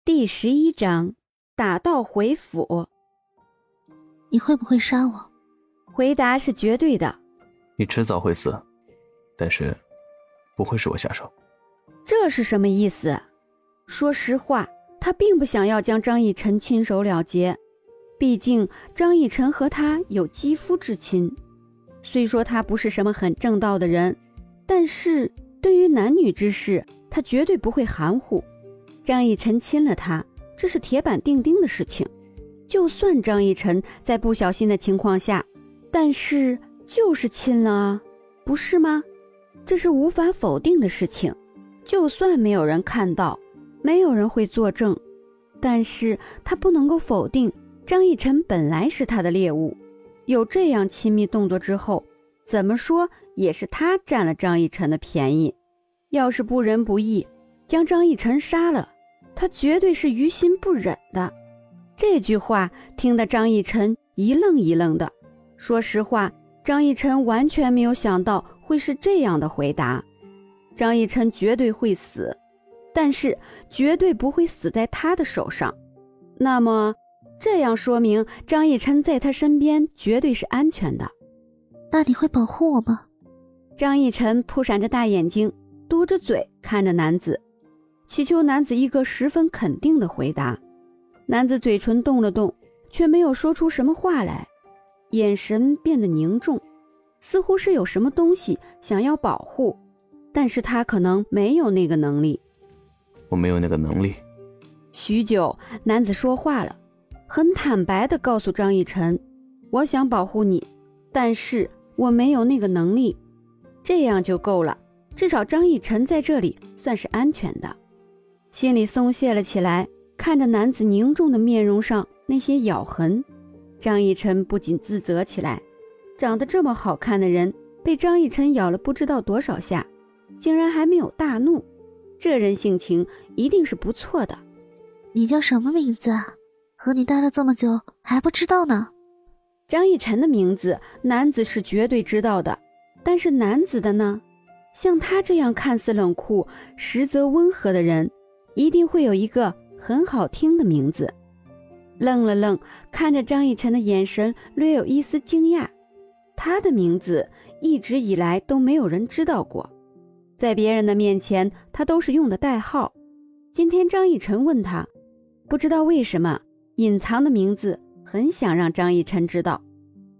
第11章，打道回府。 你会不会杀我？ 回答是绝对的。 你迟早会死，但是不会是我下手。 这是什么意思？说实话，他并不想要将张逸晨亲手了结，毕竟张逸晨和他有肌肤之亲。虽说他不是什么很正道的人，但是对于男女之事，他绝对不会含糊。张逸晨亲了他，这是铁板钉钉的事情。就算张逸晨在不小心的情况下，但是就是亲了啊，不是吗？这是无法否定的事情。就算没有人看到，没有人会作证，但是他不能够否定张逸晨本来是他的猎物。有这样亲密动作之后，怎么说也是他占了张逸晨的便宜。要是不仁不义，将张逸晨杀了，他绝对是于心不忍的。这句话听得张逸晨一愣一愣的。说实话，张逸晨完全没有想到会是这样的回答。张逸晨绝对会死，但是绝对不会死在他的手上。那么这样说明张逸晨在他身边绝对是安全的。 那你会保护我吗？ 张逸晨扑闪着大眼睛，嘟着嘴看着男子，祈求男子一个十分肯定的回答。男子嘴唇动了动，却没有说出什么话来，眼神变得凝重，似乎是有什么东西想要保护，但是他可能没有那个能力。 我没有那个能力。 许久，男子说话了，很坦白地告诉张逸晨，我想保护你，但是我没有那个能力。这样就够了，至少张逸晨在这里算是安全的。心里松懈了起来，看着男子凝重的面容上那些咬痕，张逸晨不仅自责起来，长得这么好看的人被张逸晨咬了不知道多少下，竟然还没有大怒，这人性情一定是不错的。 你叫什么名字啊？和你待了这么久还不知道呢？ 张逸晨的名字男子是绝对知道的，但是男子的呢？像他这样看似冷酷实则温和的人，一定会有一个很好听的名字。愣了愣，看着张逸晨的眼神略有一丝惊讶。他的名字一直以来都没有人知道过，在别人的面前他都是用的代号。今天张逸晨问他，不知道为什么隐藏的名字很想让张逸晨知道。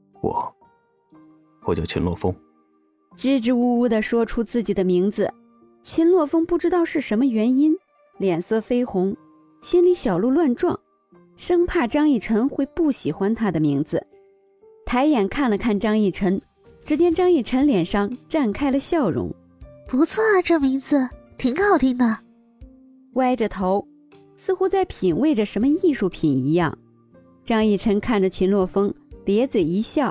我叫秦洛风。 支支吾吾地说出自己的名字。秦洛风不知道是什么原因，脸色绯红，心里小鹿乱撞，生怕张逸晨会不喜欢他的名字。抬眼看了看张逸晨，只见张逸晨脸上绽开了笑容。 不错啊，这名字挺好听的。 歪着头，似乎在品味着什么艺术品一样。张逸晨看着秦洛风，咧嘴一笑。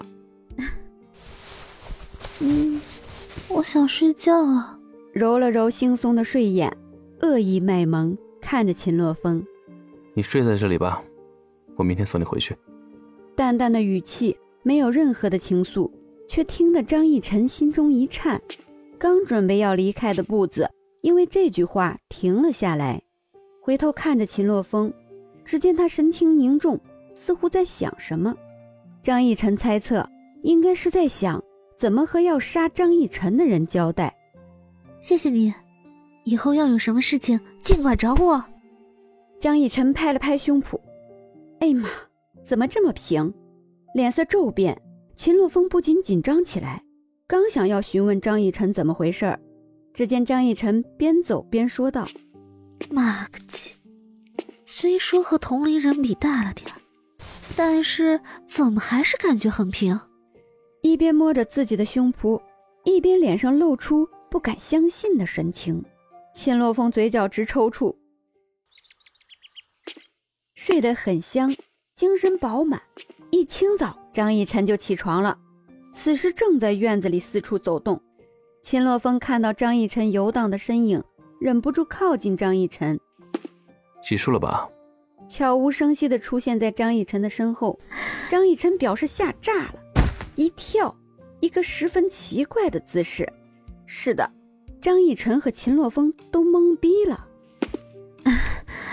我想睡觉了。 揉了揉惺忪的睡眼，恶意卖萌看着秦洛风。 你睡在这里吧，我明天送你回去。 淡淡的语气，没有任何的情愫，却听得张逸晨心中一颤，刚准备要离开的步子因为这句话停了下来，回头看着秦洛风，只见他神情凝重，似乎在想什么。张逸晨猜测应该是在想怎么和要杀张逸晨的人交代。 谢谢你，以后要有什么事情尽管找我。 张逸晨拍了拍胸脯，哎妈，怎么这么平？脸色骤变，秦洛风不禁紧张起来，刚想要询问张逸晨怎么回事，只见张逸晨边走边说道： 妈个鸡，虽说和同龄人比大了点，但是怎么还是感觉很平？ 一边摸着自己的胸脯，一边脸上露出不敢相信的神情。秦洛风嘴角直抽搐，睡得很香，精神饱满。一清早张逸晨就起床了，此时正在院子里四处走动。秦洛风看到张逸晨游荡的身影，忍不住靠近张逸晨。 洗漱了吧？ 悄无声息地出现在张逸晨的身后。张逸晨表示吓炸了，一跳，一个十分奇怪的姿势。是的，张逸晨和秦洛风都懵逼了。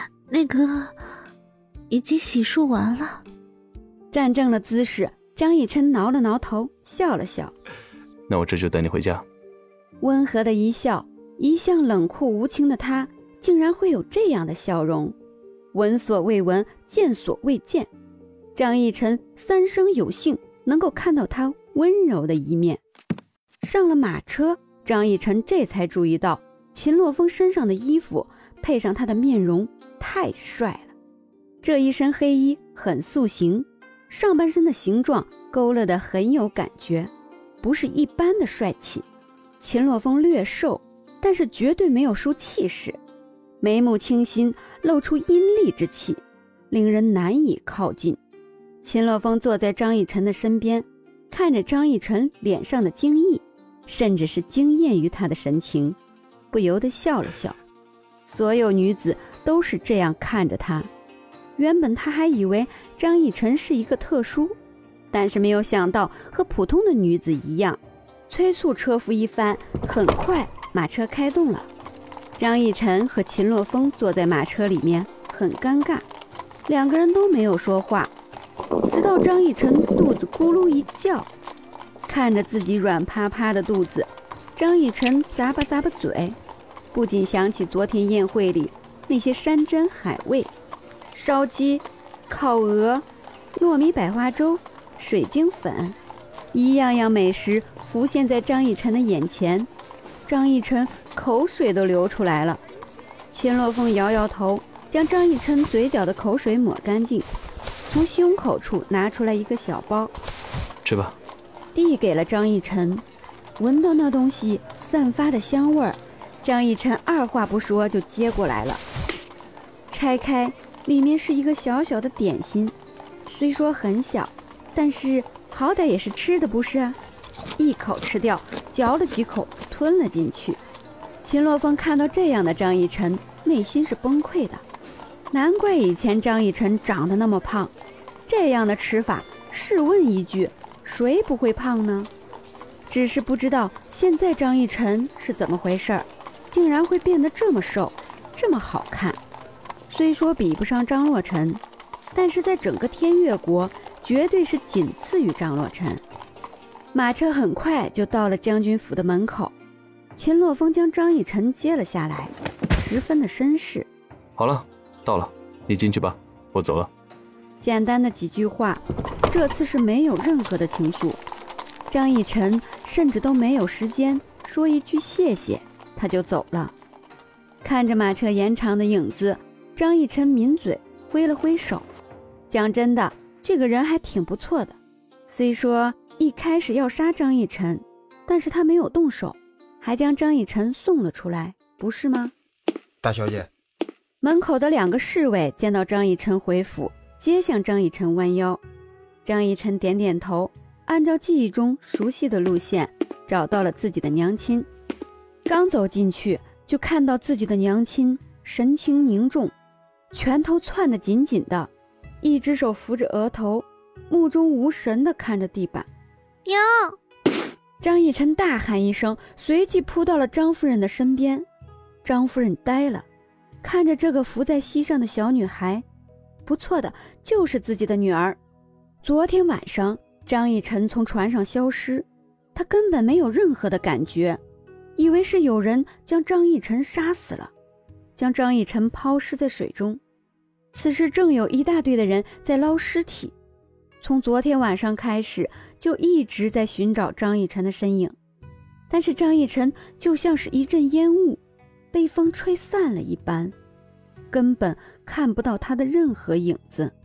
那个已经洗漱完了。 站正了姿势，张逸琛挠了挠头，笑了笑。 那我这就带你回家。 温和的一笑，一向冷酷无情的他竟然会有这样的笑容。闻所未闻，见所未见，张逸琛三生有幸能够看到他温柔的一面。上了马车，张逸琛这才注意到秦洛风身上的衣服配上他的面容太帅了。这一身黑衣很塑形，上半身的形状勾勒得很有感觉，不是一般的帅气。秦洛风略瘦，但是绝对没有输气势，眉目清新，露出阴戾之气，令人难以靠近。秦洛风坐在张逸琛的身边，看着张逸琛脸上的惊异，甚至是惊艳于他的神情，不由得笑了笑。所有女子都是这样看着他。原本他还以为张逸琛是一个特殊，但是没有想到和普通的女子一样。催促车夫一番，很快马车开动了。张逸琛和秦洛风坐在马车里面，很尴尬，两个人都没有说话。直到张逸琛肚子咕噜一叫，看着自己软趴趴的肚子，张逸琛咂巴咂巴嘴，不禁想起昨天宴会里那些山珍海味，烧鸡、烤鹅、糯米百花粥、水晶粉，一样样美食浮现在张逸琛的眼前，张逸琛口水都流出来了。秦洛风摇摇头，将张逸琛嘴角的口水抹干净，从胸口处拿出来一个小包， 吃吧， 递给了张逸琛。闻到那东西散发的香味儿，张逸琛二话不说就接过来了。拆开，里面是一个小小的点心，虽说很小，但是好歹也是吃的不是啊？一口吃掉，嚼了几口吞了进去。秦洛风看到这样的张逸琛，内心是崩溃的。难怪以前张逸琛长得那么胖，这样的吃法，试问一句，谁不会胖呢？只是不知道现在张逸琛是怎么回事，竟然会变得这么瘦，这么好看。虽说比不上张洛尘，但是在整个天越国绝对是仅次于张洛尘。马车很快就到了将军府的门口，秦洛风将张逸琛接了下来，十分的绅士。 好了，到了，你进去吧，我走了。 简单的几句话，这次是没有任何的情愫。张逸琛甚至都没有时间说一句谢谢，他就走了。看着马车延长的影子，张逸琛抿嘴挥了挥手。讲真的，这个人还挺不错的，虽说一开始要杀张逸琛，但是他没有动手，还将张逸琛送了出来，不是吗？ 大小姐。 门口的两个侍卫见到张逸琛回府，皆向张逸琛弯腰。张逸琛点点头，按照记忆中熟悉的路线找到了自己的娘亲。刚走进去，就看到自己的娘亲神情凝重，拳头攥得紧紧的，一只手扶着额头，目中无神地看着地板。 娘！ 张逸琛大喊一声，随即扑到了张夫人的身边。张夫人呆了，看着这个伏在膝上的小女孩，不错的，就是自己的女儿。昨天晚上张逸琛从船上消失，她根本没有任何的感觉，以为是有人将张逸琛杀死了，将张逸琛抛尸在水中。此时正有一大堆的人在捞尸体，从昨天晚上开始就一直在寻找张逸琛的身影，但是张逸琛就像是一阵烟雾，被风吹散了一般，根本看不到他的任何影子。